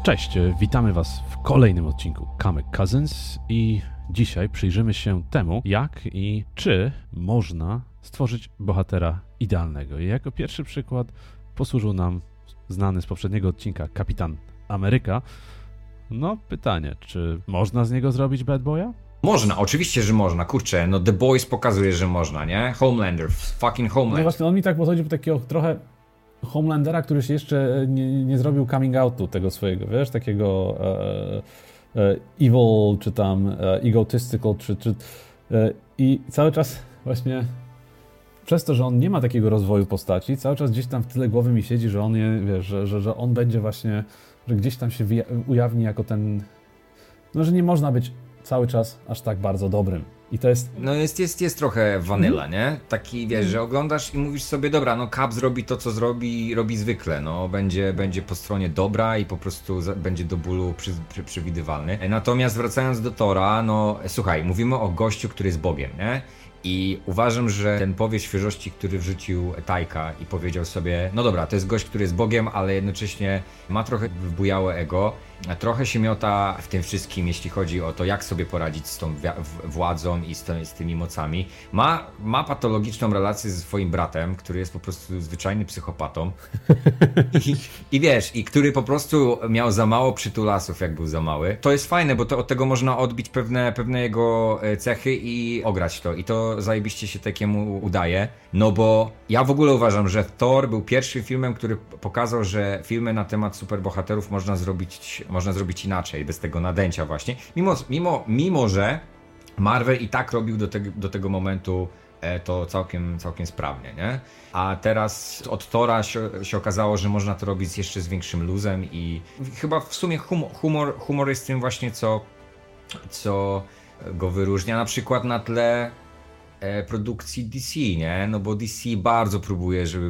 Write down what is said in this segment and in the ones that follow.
Cześć, witamy Was w kolejnym odcinku Comic Cousins i dzisiaj przyjrzymy się temu, jak i czy można stworzyć bohatera idealnego. I jako pierwszy przykład posłużył nam znany z poprzedniego odcinka Kapitan Ameryka. No pytanie, czy można z niego zrobić bad boya? Można, oczywiście, że można. Kurczę, no The Boys pokazuje, że można, nie? Homelander, fucking Homelander. No właśnie, on mi tak podchodzi po takiego trochę Homelandera, który się jeszcze nie zrobił coming outu tego swojego, wiesz, takiego evil, czy tam egotistical, i cały czas właśnie przez to, że on nie ma takiego rozwoju postaci, cały czas gdzieś tam w tyle głowy mi siedzi, że on że on będzie właśnie, że gdzieś tam się ujawni jako ten, no że nie można być cały czas aż tak bardzo dobrym. I to jest... No jest trochę vanilla, nie? Taki, wiesz, że oglądasz i mówisz sobie, dobra, no Cap zrobi to, co robi zwykle, no będzie po stronie dobra i po prostu będzie do bólu przewidywalny. Natomiast wracając do Thora, no słuchaj, mówimy o gościu, który jest Bogiem, nie? I uważam, że ten powiew świeżości, który wrzucił Taika i powiedział sobie, no dobra, to jest gość, który jest Bogiem, ale jednocześnie ma trochę wybujałe ego, trochę się miota w tym wszystkim, jeśli chodzi o to, jak sobie poradzić z tą władzą i z tymi mocami. Ma patologiczną relację ze swoim bratem, który jest po prostu zwyczajnym psychopatą. I wiesz, i który po prostu miał za mało przytulasów, jak był za mały. To jest fajne, bo od tego można odbić pewne jego cechy i ograć to. I to zajebiście się takiemu udaje. No bo ja w ogóle uważam, że Thor był pierwszym filmem, który pokazał, że filmy na temat superbohaterów można zrobić inaczej, bez tego nadęcia właśnie. Mimo że Marvel i tak robił do tego momentu to całkiem sprawnie, nie? A teraz od Thora się okazało, że można to robić jeszcze z większym luzem i chyba w sumie humor jest tym właśnie, co go wyróżnia, na przykład na tle produkcji DC, nie? No bo DC bardzo próbuje, żeby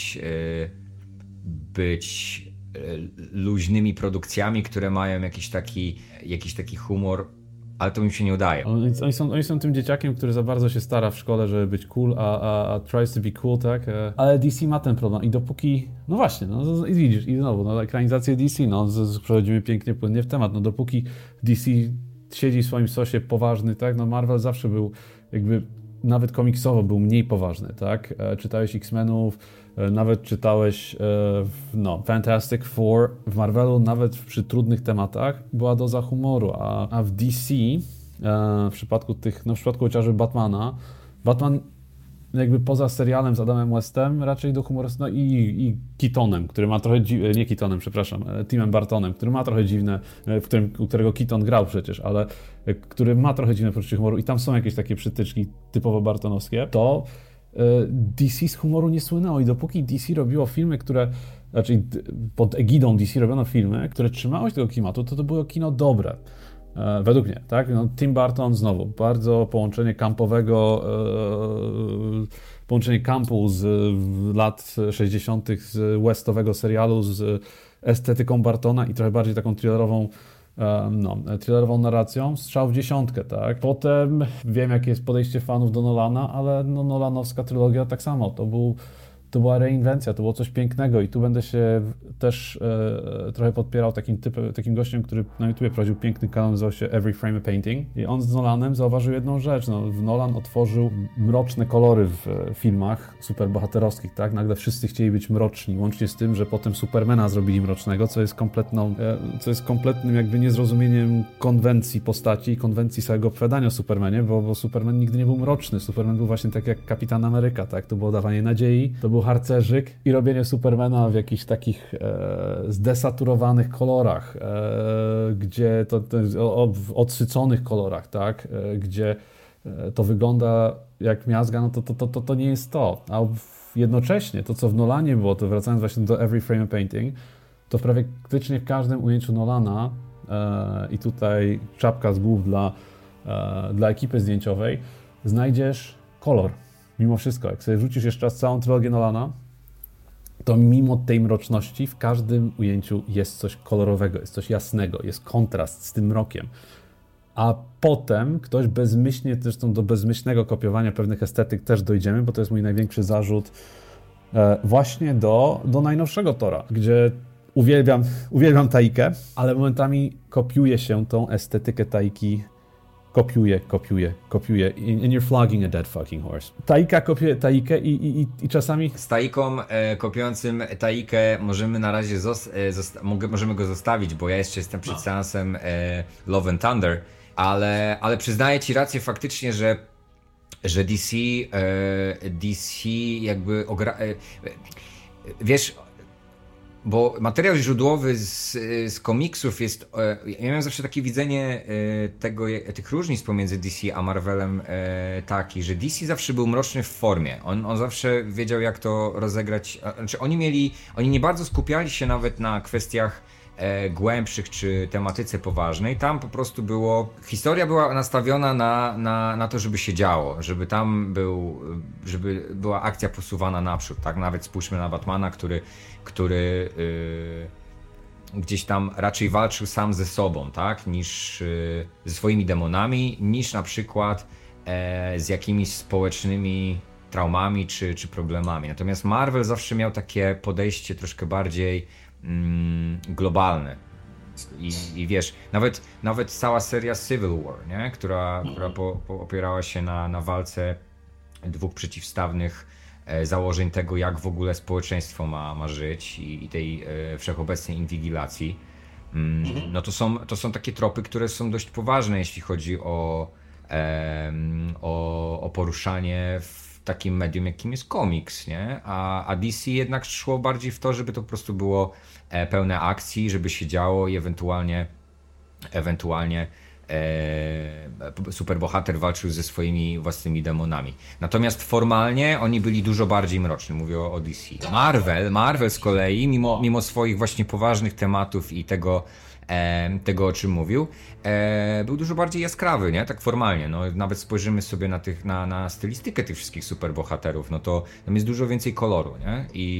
być luźnymi produkcjami, które mają jakiś taki humor, ale to im się nie udaje. Oni są tym dzieciakiem, który za bardzo się stara w szkole, żeby być cool, a tries to be cool, tak? Ale DC ma ten problem i dopóki, no właśnie, no i widzisz, i znowu, no ekranizację DC, no przechodzimy płynnie w temat, no dopóki DC siedzi w swoim sosie poważny, tak? No Marvel zawsze był jakby, nawet komiksowo był mniej poważny, tak? Czytałeś X-Menów, nawet czytałeś Fantastic Four. W Marvelu nawet przy trudnych tematach była doza humoru, a w DC w przypadku chociażby Batman jakby poza serialem z Adamem Westem raczej do humoru, no i Keatonem, który ma trochę nie Keatonem, przepraszam, Timem Burtonem, który ma trochę dziwne, u którego Keaton grał przecież, ale który ma trochę dziwne poczucie humoru i tam są jakieś takie przytyczki typowo bartonowskie, to DC z humoru nie słynęło i dopóki DC robiło filmy, pod egidą DC robiono filmy, które trzymały się tego klimatu, to było kino dobre. Według mnie, tak? No, Tim Burton znowu, bardzo połączenie kampu z lat 60. z westowego serialu, z estetyką Burtona i trochę bardziej taką thrillerową narracją, strzał w dziesiątkę, tak? Potem wiem, jakie jest podejście fanów do Nolana, ale no, nolanowska trylogia tak samo, to była reinwencja, to było coś pięknego i tu będę się też trochę podpierał takim gościem, który na YouTubie prowadził piękny kanał, nazywał się Every Frame a Painting i on z Nolanem zauważył jedną rzecz, Nolan otworzył mroczne kolory w filmach superbohaterowskich, tak? Nagle wszyscy chcieli być mroczni, łącznie z tym, że potem Supermana zrobili mrocznego, co jest kompletnym jakby niezrozumieniem konwencji postaci i konwencji całego opowiadania o Supermanie, bo Superman nigdy nie był mroczny, Superman był właśnie tak jak Kapitan Ameryka, tak? To było dawanie nadziei, to był harcerzyk i robienie Supermana w jakichś takich zdesaturowanych kolorach, gdzie w odsyconych kolorach, tak, gdzie to wygląda jak miazga, no to nie jest to. A jednocześnie to, co w Nolanie było, to wracając właśnie do Every Frame a Painting, to praktycznie w każdym ujęciu Nolana i tutaj czapka z głów dla ekipy zdjęciowej, znajdziesz kolor. Mimo wszystko, jak sobie wrzucisz jeszcze raz całą trylogię Nolana, to mimo tej mroczności w każdym ujęciu jest coś kolorowego, jest coś jasnego, jest kontrast z tym mrokiem. A potem ktoś bezmyślnie, zresztą do bezmyślnego kopiowania pewnych estetyk też dojdziemy, bo to jest mój największy zarzut właśnie do najnowszego Thora, gdzie uwielbiam Taikę, ale momentami kopiuje się tą estetykę Taiki. Kopiuje. And you're flogging a dead fucking horse. Taika kopiuje Taikę i czasami... Z Taiką kopiującym Taikę możemy na razie możemy go zostawić, bo ja jeszcze jestem przed seansem Love and Thunder, ale przyznaję ci rację faktycznie, że DC jakby wiesz, bo materiał źródłowy z komiksów jest... Ja miałem zawsze takie widzenie tych różnic pomiędzy DC a Marvelem taki, że DC zawsze był mroczny w formie. On zawsze wiedział, jak to rozegrać. Znaczy oni nie bardzo skupiali się nawet na kwestiach głębszych czy tematyce poważnej. Tam po prostu historia była nastawiona na to, żeby się działo, żeby była akcja posuwana naprzód, tak? Nawet spójrzmy na Batmana, który gdzieś tam raczej walczył sam ze sobą, tak? Niż ze swoimi demonami, niż na przykład z jakimiś społecznymi traumami czy problemami. Natomiast Marvel zawsze miał takie podejście troszkę bardziej globalne. I wiesz, nawet cała seria Civil War, nie? która opierała się na walce dwóch przeciwstawnych założeń tego, jak w ogóle społeczeństwo ma żyć i tej wszechobecnej inwigilacji. No to są takie tropy, które są dość poważne, jeśli chodzi o poruszanie w takim medium, jakim jest komiks, nie? A DC jednak szło bardziej w to, żeby to po prostu było pełne akcji, żeby się działo i ewentualnie superbohater walczył ze swoimi własnymi demonami. Natomiast formalnie oni byli dużo bardziej mroczni, mówię o DC. Marvel z kolei, mimo swoich właśnie poważnych tematów i tego, o czym mówił, był dużo bardziej jaskrawy, nie? Tak formalnie. No, nawet spojrzymy sobie na stylistykę tych wszystkich superbohaterów, no to tam jest dużo więcej koloru, nie?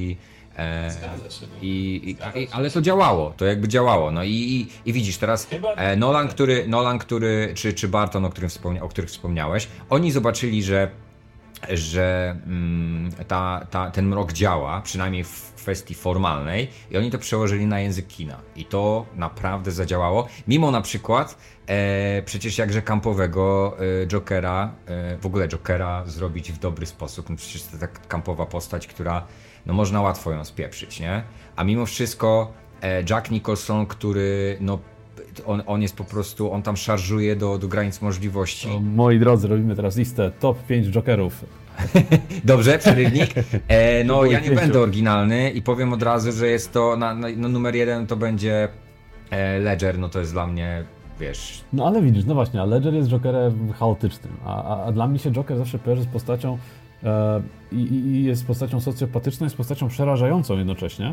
Ale to działało, to jakby działało. No i widzisz teraz Nolan, który czy Barton, o których wspomniałeś, oni zobaczyli, że ten mrok działa, przynajmniej w kwestii formalnej, i oni to przełożyli na język kina. I to naprawdę zadziałało. Mimo na przykład przecież jakże kampowego Jokera, w ogóle Jokera zrobić w dobry sposób. No przecież to tak kampowa postać, która no można łatwo ją spieprzyć, nie? A mimo wszystko Jack Nicholson, który no on jest po prostu, on tam szarżuje do granic możliwości. To, moi drodzy, robimy teraz listę top 5 Jokerów. Dobrze, przerywnik. No ja nie będę oryginalny i powiem od razu, że jest to numer 1 to będzie Ledger, no to jest dla mnie, wiesz... No ale widzisz, no właśnie, a Ledger jest Jokerem chaotycznym, a dla mnie się Joker zawsze kojarzy z postacią i jest postacią socjopatyczną, jest postacią przerażającą jednocześnie.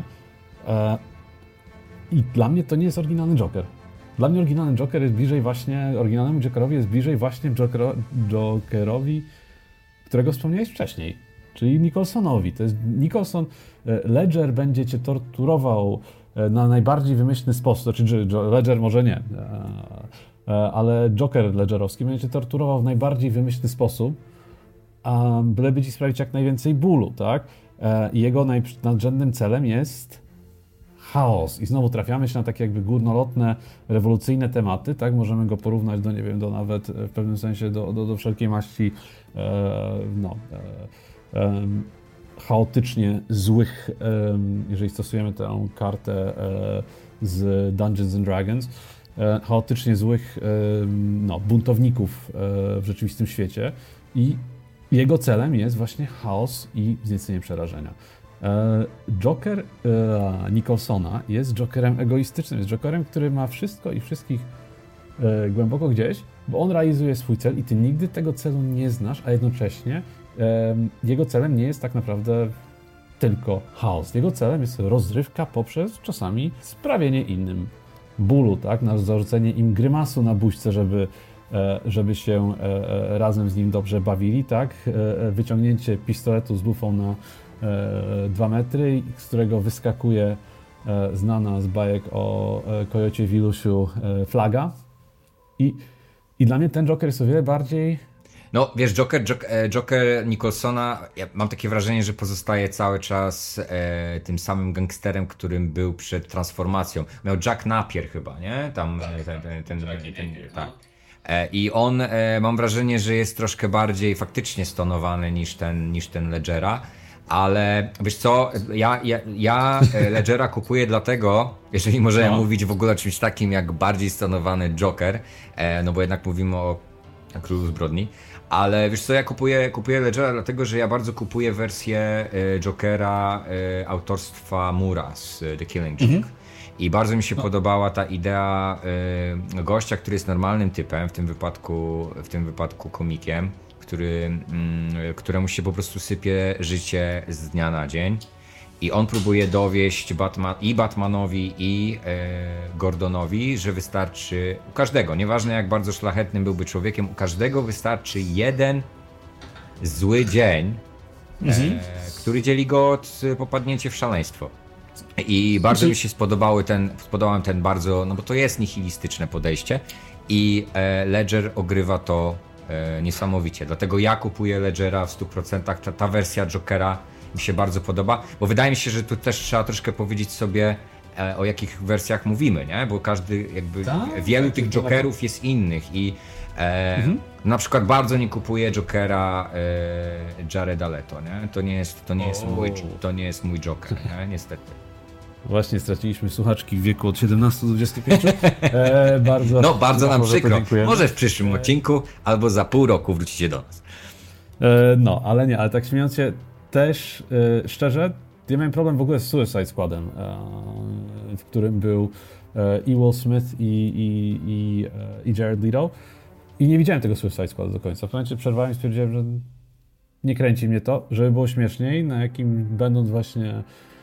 I dla mnie to nie jest oryginalny Joker. Dla mnie oryginalny Joker jest bliżej właśnie, oryginalnemu Jokerowi jest bliżej właśnie Jokerowi, którego wspomniałeś wcześniej, czyli Nicholsonowi. To jest Nicholson, Ledger będzie cię torturował na najbardziej wymyślny sposób, znaczy Ledger może nie, ale Joker ledgerowski będzie cię torturował w najbardziej wymyślny sposób, byleby ci sprawić jak najwięcej bólu, tak? I jego nadrzędnym celem jest chaos. I znowu trafiamy się na takie jakby górnolotne, rewolucyjne tematy, tak? Możemy go porównać do, nie wiem, do nawet w pewnym sensie do wszelkiej maści chaotycznie złych, jeżeli stosujemy tę kartę z Dungeons and Dragons, chaotycznie złych buntowników w rzeczywistym świecie i jego celem jest właśnie chaos i wzniecenie przerażenia. Joker Nicholsona jest Jokerem egoistycznym, jest Jokerem, który ma wszystko i wszystkich głęboko gdzieś, bo on realizuje swój cel i ty nigdy tego celu nie znasz, a jednocześnie jego celem nie jest tak naprawdę tylko chaos. Jego celem jest rozrywka poprzez czasami sprawienie innym bólu, tak? Zarzucenie im grymasu na buźce, żeby się razem z nim dobrze bawili, tak? Wyciągnięcie pistoletu z lufą na 2 metry, z którego wyskakuje znana z bajek o Kojocie Wilusiu flaga. I dla mnie ten Joker jest o wiele bardziej No wiesz, Joker Nicholsona, ja mam takie wrażenie, że pozostaje cały czas tym samym gangsterem, którym był przed transformacją. Miał Jack Napier chyba, nie? Tam tak. I on, mam wrażenie, że jest troszkę bardziej faktycznie stonowany niż ten Ledgera. Ale wiesz co, ja Ledgera kupuję dlatego, jeżeli możemy mówić w ogóle o czymś takim jak bardziej stonowany Joker, no bo jednak mówimy o Królu Zbrodni, ale wiesz co, ja kupuję Ledgera dlatego, że ja bardzo kupuję wersję Jokera autorstwa Mura z The Killing Joke. I bardzo mi się podobała ta idea gościa, który jest normalnym typem, w tym wypadku komikiem, któremu się po prostu sypie życie z dnia na dzień. I on próbuje dowieść Batmanowi i Gordonowi, że wystarczy u każdego, nieważne jak bardzo szlachetnym byłby człowiekiem, u każdego wystarczy jeden zły dzień, który dzieli go od popadnięcia w szaleństwo. I bardzo mi się spodobał ten bardzo, no bo to jest nihilistyczne podejście i Ledger ogrywa to niesamowicie. Dlatego ja kupuję Ledgera w 100%. Ta wersja Jokera mi się bardzo podoba, bo wydaje mi się, że tu też trzeba troszkę powiedzieć sobie o jakich wersjach mówimy, nie? Bo każdy wielu tych Jokerów jest innych i na przykład bardzo nie kupuję Jokera Jareda Leto, nie? To nie jest mój Joker, nie? Niestety. Właśnie straciliśmy słuchaczki w wieku od 17 do 25. Bardzo nam przykro. Może w przyszłym odcinku albo za pół roku wrócicie do nas. Ale tak śmiejąc się, też szczerze, ja miałem problem w ogóle z Suicide Squadem, w którym był i Will Smith i Jared Leto. I nie widziałem tego Suicide Squad do końca. W pewnym momencie przerwałem i stwierdziłem, że nie kręci mnie to, żeby było śmieszniej, na jakim będąc właśnie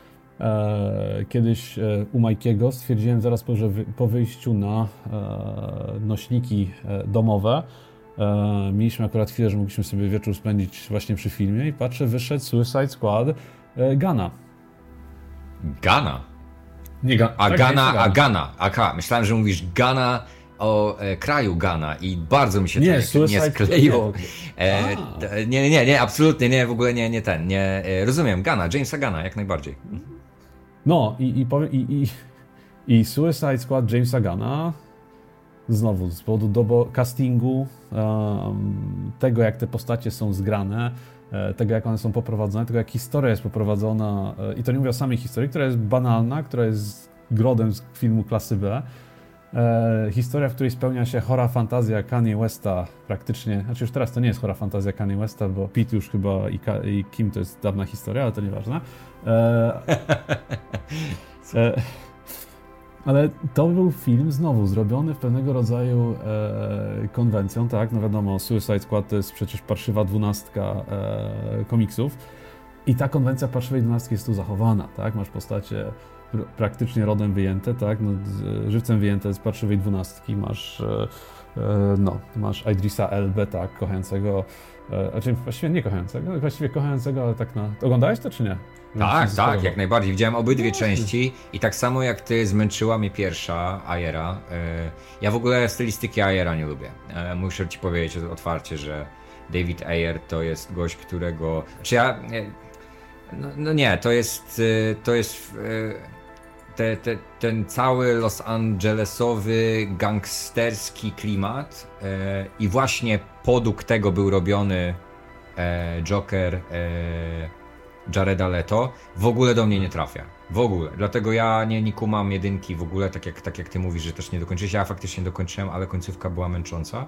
kiedyś u Majkiego stwierdziłem zaraz po wyjściu na nośniki domowe. Mieliśmy akurat chwilę, że mogliśmy sobie wieczór spędzić właśnie przy filmie i patrzę, wyszedł Suicide Squad Gunna. Gunna? Nie Gunna. Myślałem, że mówisz Gunna o kraju Ghana i bardzo mi się to nie skleiło. Nie, absolutnie nie, w ogóle nie ten, nie, rozumiem, Jamesa Gunna, jak najbardziej. No i Suicide Squad Jamesa Gunna, znowu z powodu castingu, tego jak te postacie są zgrane, tego jak one są poprowadzone, tego jak historia jest poprowadzona, i to nie mówię o samej historii, która jest banalna, która jest grodem z filmu klasy B. Historia, w której spełnia się chora fantazja Kanye Westa praktycznie, znaczy już teraz to nie jest chora fantazja Kanye Westa, bo Pete już chyba i Kim to jest dawna historia, ale to nieważne. Ale to był film znowu zrobiony w pewnego rodzaju konwencją, tak? No wiadomo, Suicide Squad to jest przecież parszywa 12 komiksów i ta konwencja parszywej 12 jest tu zachowana, tak? Masz postacie praktycznie rodem wyjęte, tak? No, żywcem wyjęte z parszywej 12, masz Idrisa Elbę, tak? Kochającego, znaczy właściwie nie kochającego, właściwie kochającego, ale tak na... Oglądałeś to czy nie? Tak, jak najbardziej. Widziałem obydwie części i tak samo jak ty, zmęczyła mnie pierwsza Ayera. Ja w ogóle stylistyki Ayera nie lubię. Muszę ci powiedzieć otwarcie, że David Ayer to jest gość, którego... Znaczy to jest ten cały Los Angelesowy gangsterski klimat i właśnie podług tego był robiony Joker Jareda Leto, w ogóle do mnie nie trafia. W ogóle. Dlatego ja nie kumam jedynki w ogóle, tak jak ty mówisz, że też nie dokończyłeś. Ja faktycznie dokończyłem, ale końcówka była męcząca.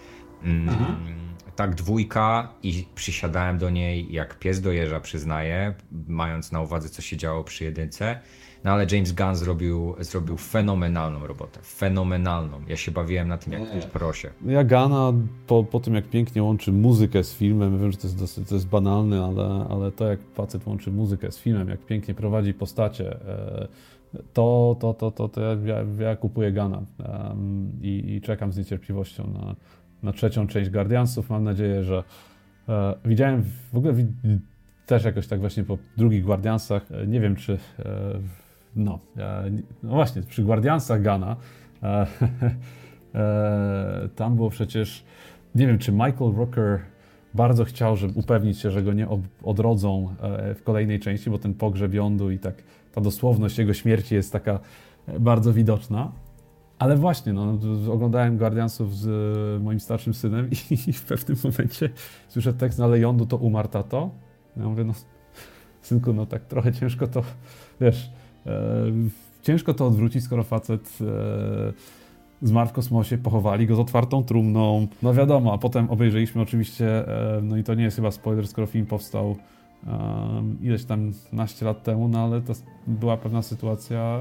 Tak, dwójka i przysiadałem do niej jak pies do jeża, przyznaję, mając na uwadze, co się działo przy jedynce. No ale James Gunn zrobił fenomenalną robotę. Fenomenalną. Ja się bawiłem na tym jak w prosie. Ja Gunna po tym, jak pięknie łączy muzykę z filmem, wiem, że to jest banalne, ale to jak facet łączy muzykę z filmem, jak pięknie prowadzi postacie, to ja kupuję Gunna i czekam z niecierpliwością na trzecią część Guardiansów. Mam nadzieję, że widziałem w ogóle też jakoś tak właśnie po drugich Guardiansach, nie wiem czy no właśnie, przy Guardiansach Gunna tam było przecież, nie wiem czy Michael Rooker bardzo chciał, żeby upewnić się, że go nie odrodzą w kolejnej części, bo ten pogrzeb Yondu i tak ta dosłowność jego śmierci jest taka bardzo widoczna. Ale właśnie, no, oglądałem Guardiansów z moim starszym synem i w pewnym momencie słyszę tekst, no ale Yondu to umarł, tato. Ja mówię, no synku, no tak trochę ciężko to, wiesz, ciężko to odwrócić, skoro facet zmarł w kosmosie, pochowali go z otwartą trumną. No wiadomo, a potem obejrzeliśmy oczywiście, no i to nie jest chyba spoiler, skoro film powstał ileś tam naście lat temu, no ale to była pewna sytuacja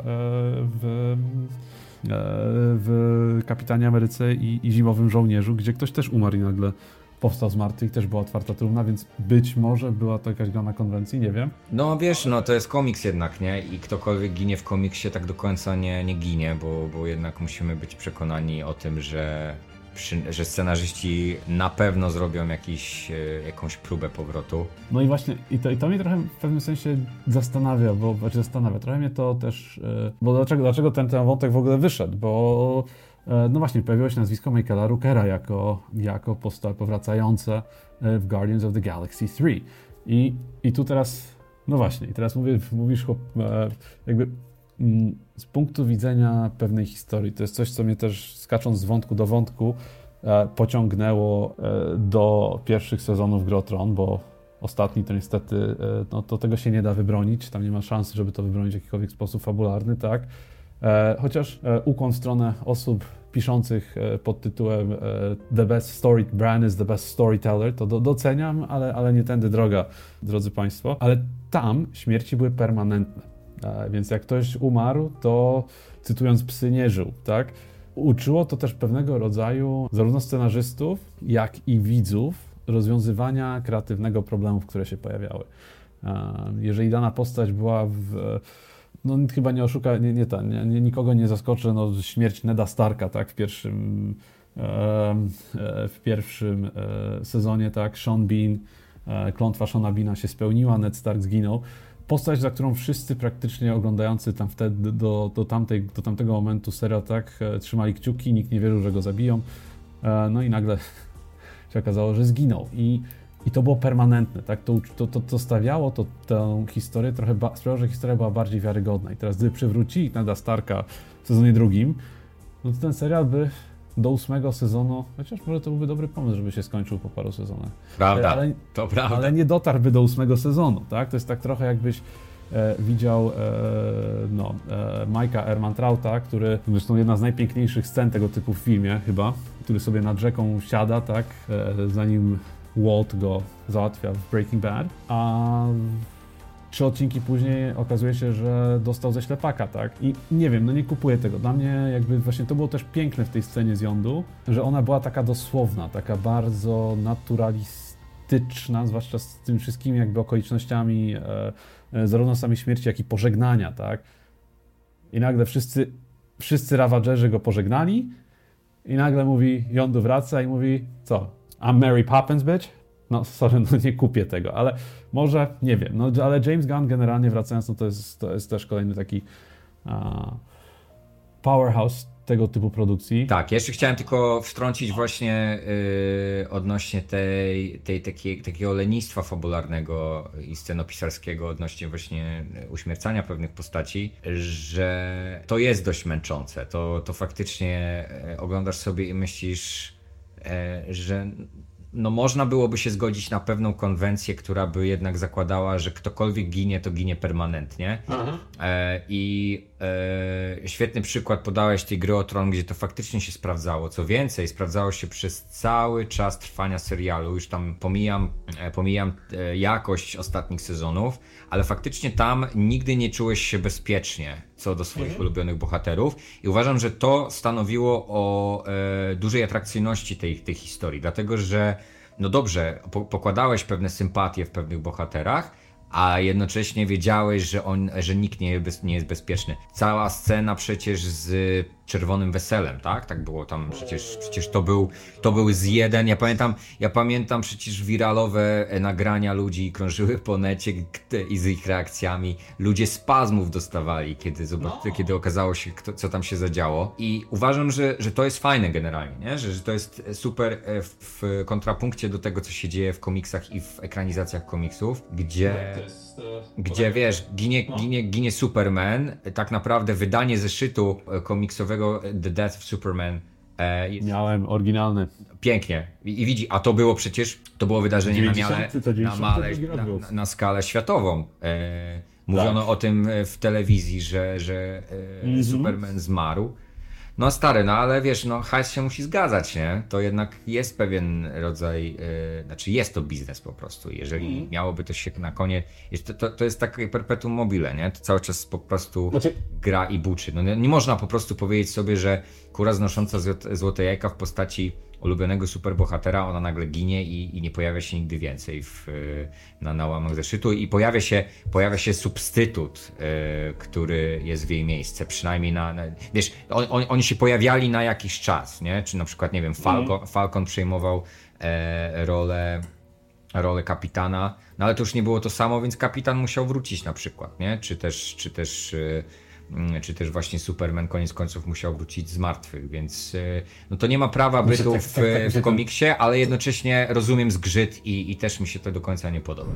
w Kapitanie Ameryce i Zimowym Żołnierzu, gdzie ktoś też umarł i nagle powstał z martwych, też była otwarta trumna, więc być może była to jakaś gra na konwencji, nie wiem. No wiesz, no to jest komiks jednak, nie? I ktokolwiek ginie w komiksie tak do końca nie ginie, bo jednak musimy być przekonani o tym, że scenarzyści na pewno zrobią jakąś próbę powrotu. No i właśnie, i to mnie trochę w pewnym sensie zastanawia, trochę mnie to też, bo dlaczego ten wątek w ogóle wyszedł, bo no właśnie, pojawiło się nazwisko Michaela Rookera jako postać powracająca w Guardians of the Galaxy 3. I tu teraz, no właśnie, i teraz mówisz jakby z punktu widzenia pewnej historii. To jest coś, co mnie też, skacząc z wątku do wątku, pociągnęło do pierwszych sezonów Gry o Tron, bo ostatni to niestety, no to tego się nie da wybronić, tam nie ma szansy, żeby to wybronić w jakikolwiek sposób fabularny, tak? Chociaż ukłon w stronę osób piszących pod tytułem The Best Story, Bran is the best storyteller, to doceniam, ale nie tędy droga, drodzy Państwo. Ale tam śmierci były permanentne, więc jak ktoś umarł, to cytując psy nie żył, tak? Uczyło to też pewnego rodzaju zarówno scenarzystów, jak i widzów rozwiązywania kreatywnego problemów, które się pojawiały. Jeżeli dana postać była no chyba nie oszuka, nikogo nie zaskoczy, no śmierć Neda Starka, tak, w pierwszym sezonie, tak, Sean Bean, klątwa Seana Beana się spełniła, Ned Stark zginął. Postać, za którą wszyscy praktycznie oglądający tam wtedy do tamtego momentu serial, tak, trzymali kciuki, nikt nie wierzył, że go zabiją. No i nagle się okazało, że zginął. I to było permanentne, tak? To stawiało tę historię trochę, sprawiało, że historia była bardziej wiarygodna. I teraz, gdyby przywrócili Neda Starka w sezonie drugim, no to ten serial by do 8 sezonu, chociaż może to byłby dobry pomysł, żeby się skończył po paru sezonach. Prawda, to prawda. Ale nie dotarłby do 8 sezonu, tak? To jest tak trochę jakbyś widział Mike'a Ehrmantrauta, który, zresztą jedna z najpiękniejszych scen tego typu w filmie chyba, który sobie nad rzeką siada, tak? Zanim Walt go załatwia w Breaking Bad, a 3 odcinki później okazuje się, że dostał ze ślepaka, tak? I nie wiem, no nie kupuję tego. Dla mnie jakby właśnie to było też piękne w tej scenie z Yondu, że ona była taka dosłowna, taka bardzo naturalistyczna, zwłaszcza z tymi wszystkimi jakby okolicznościami zarówno samej śmierci, jak i pożegnania, tak? I nagle wszyscy Ravagerzy go pożegnali i nagle mówi, Yondu wraca i mówi, co? I'm Mary Poppins, bitch? No sorry, no nie kupię tego, ale może, nie wiem, no ale James Gunn generalnie wracając, no to jest też kolejny taki powerhouse tego typu produkcji. Tak, jeszcze chciałem tylko wtrącić właśnie odnośnie takiego lenistwa fabularnego i scenopisarskiego odnośnie właśnie uśmiercania pewnych postaci, że to jest dość męczące. To faktycznie oglądasz sobie i myślisz, że no można byłoby się zgodzić na pewną konwencję, która by jednak zakładała, że ktokolwiek ginie, to ginie permanentnie. Świetny przykład podałeś tej Gry o Tron, gdzie to faktycznie się sprawdzało. Co więcej, sprawdzało się przez cały czas trwania serialu. Już tam pomijam jakość ostatnich sezonów, ale faktycznie tam nigdy nie czułeś się bezpiecznie co do swoich ulubionych bohaterów i uważam, że to stanowiło o dużej atrakcyjności tej historii, dlatego że no dobrze, pokładałeś pewne sympatie w pewnych bohaterach, a jednocześnie wiedziałeś, że nikt nie jest bezpieczny. Cała scena przecież z Czerwonym Weselem, tak? Tak było tam, przecież to był z jeden. Ja pamiętam przecież wiralowe nagrania ludzi krążyły po necie i z ich reakcjami. Ludzie spazmów dostawali, kiedy okazało się, co tam się zadziało. I uważam, że to jest fajne generalnie, nie? Że to jest super w kontrapunkcie do tego, co się dzieje w komiksach i w ekranizacjach komiksów, gdzie wiesz, ginie Superman. Tak naprawdę wydanie zeszytu komiksowego The Death of Superman Miałem oryginalny. pięknie. I widzi, a to było wydarzenie na skalę światową. Mówiono o tym w telewizji, że Superman zmarł. No stary, ale wiesz, hajs się musi zgadzać, nie? To jednak jest pewien rodzaj, jest to biznes po prostu. Jeżeli miałoby to się na koniec, to jest takie perpetuum mobile, nie? To cały czas po prostu gra i buczy. No nie można po prostu powiedzieć sobie, że kura znosząca złote jajka w postaci ulubionego superbohatera, ona nagle ginie i nie pojawia się nigdy więcej na łamach zeszytu i pojawia się substytut, który jest w jej miejsce, przynajmniej wiesz, oni się pojawiali na jakiś czas, nie? Czy na przykład, nie wiem, Falcon przejmował rolę kapitana, no ale to już nie było to samo, więc kapitan musiał wrócić na przykład, nie? Czy też właśnie Superman koniec końców musiał wrócić z martwych, więc to nie ma prawa bytu w komiksie, ale jednocześnie rozumiem zgrzyt i też mi się to do końca nie podoba.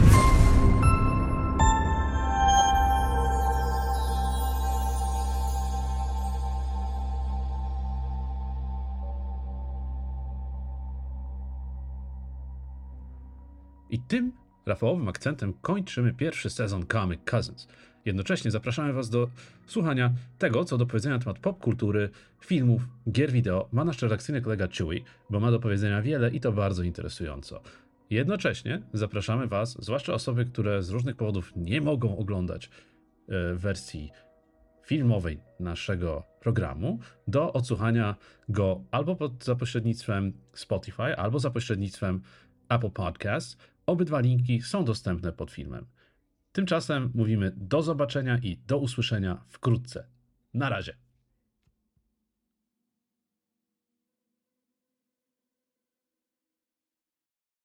I tym Rafałowym akcentem kończymy pierwszy sezon Comic Cousins. Jednocześnie zapraszamy Was do słuchania tego, co do powiedzenia na temat popkultury, filmów, gier wideo ma nasz redakcyjny kolega Chewy, bo ma do powiedzenia wiele i to bardzo interesująco. Jednocześnie zapraszamy Was, zwłaszcza osoby, które z różnych powodów nie mogą oglądać wersji filmowej naszego programu, do odsłuchania go albo za pośrednictwem Spotify, albo za pośrednictwem Apple Podcasts. Obydwa linki są dostępne pod filmem. Tymczasem mówimy do zobaczenia i do usłyszenia wkrótce. Na razie.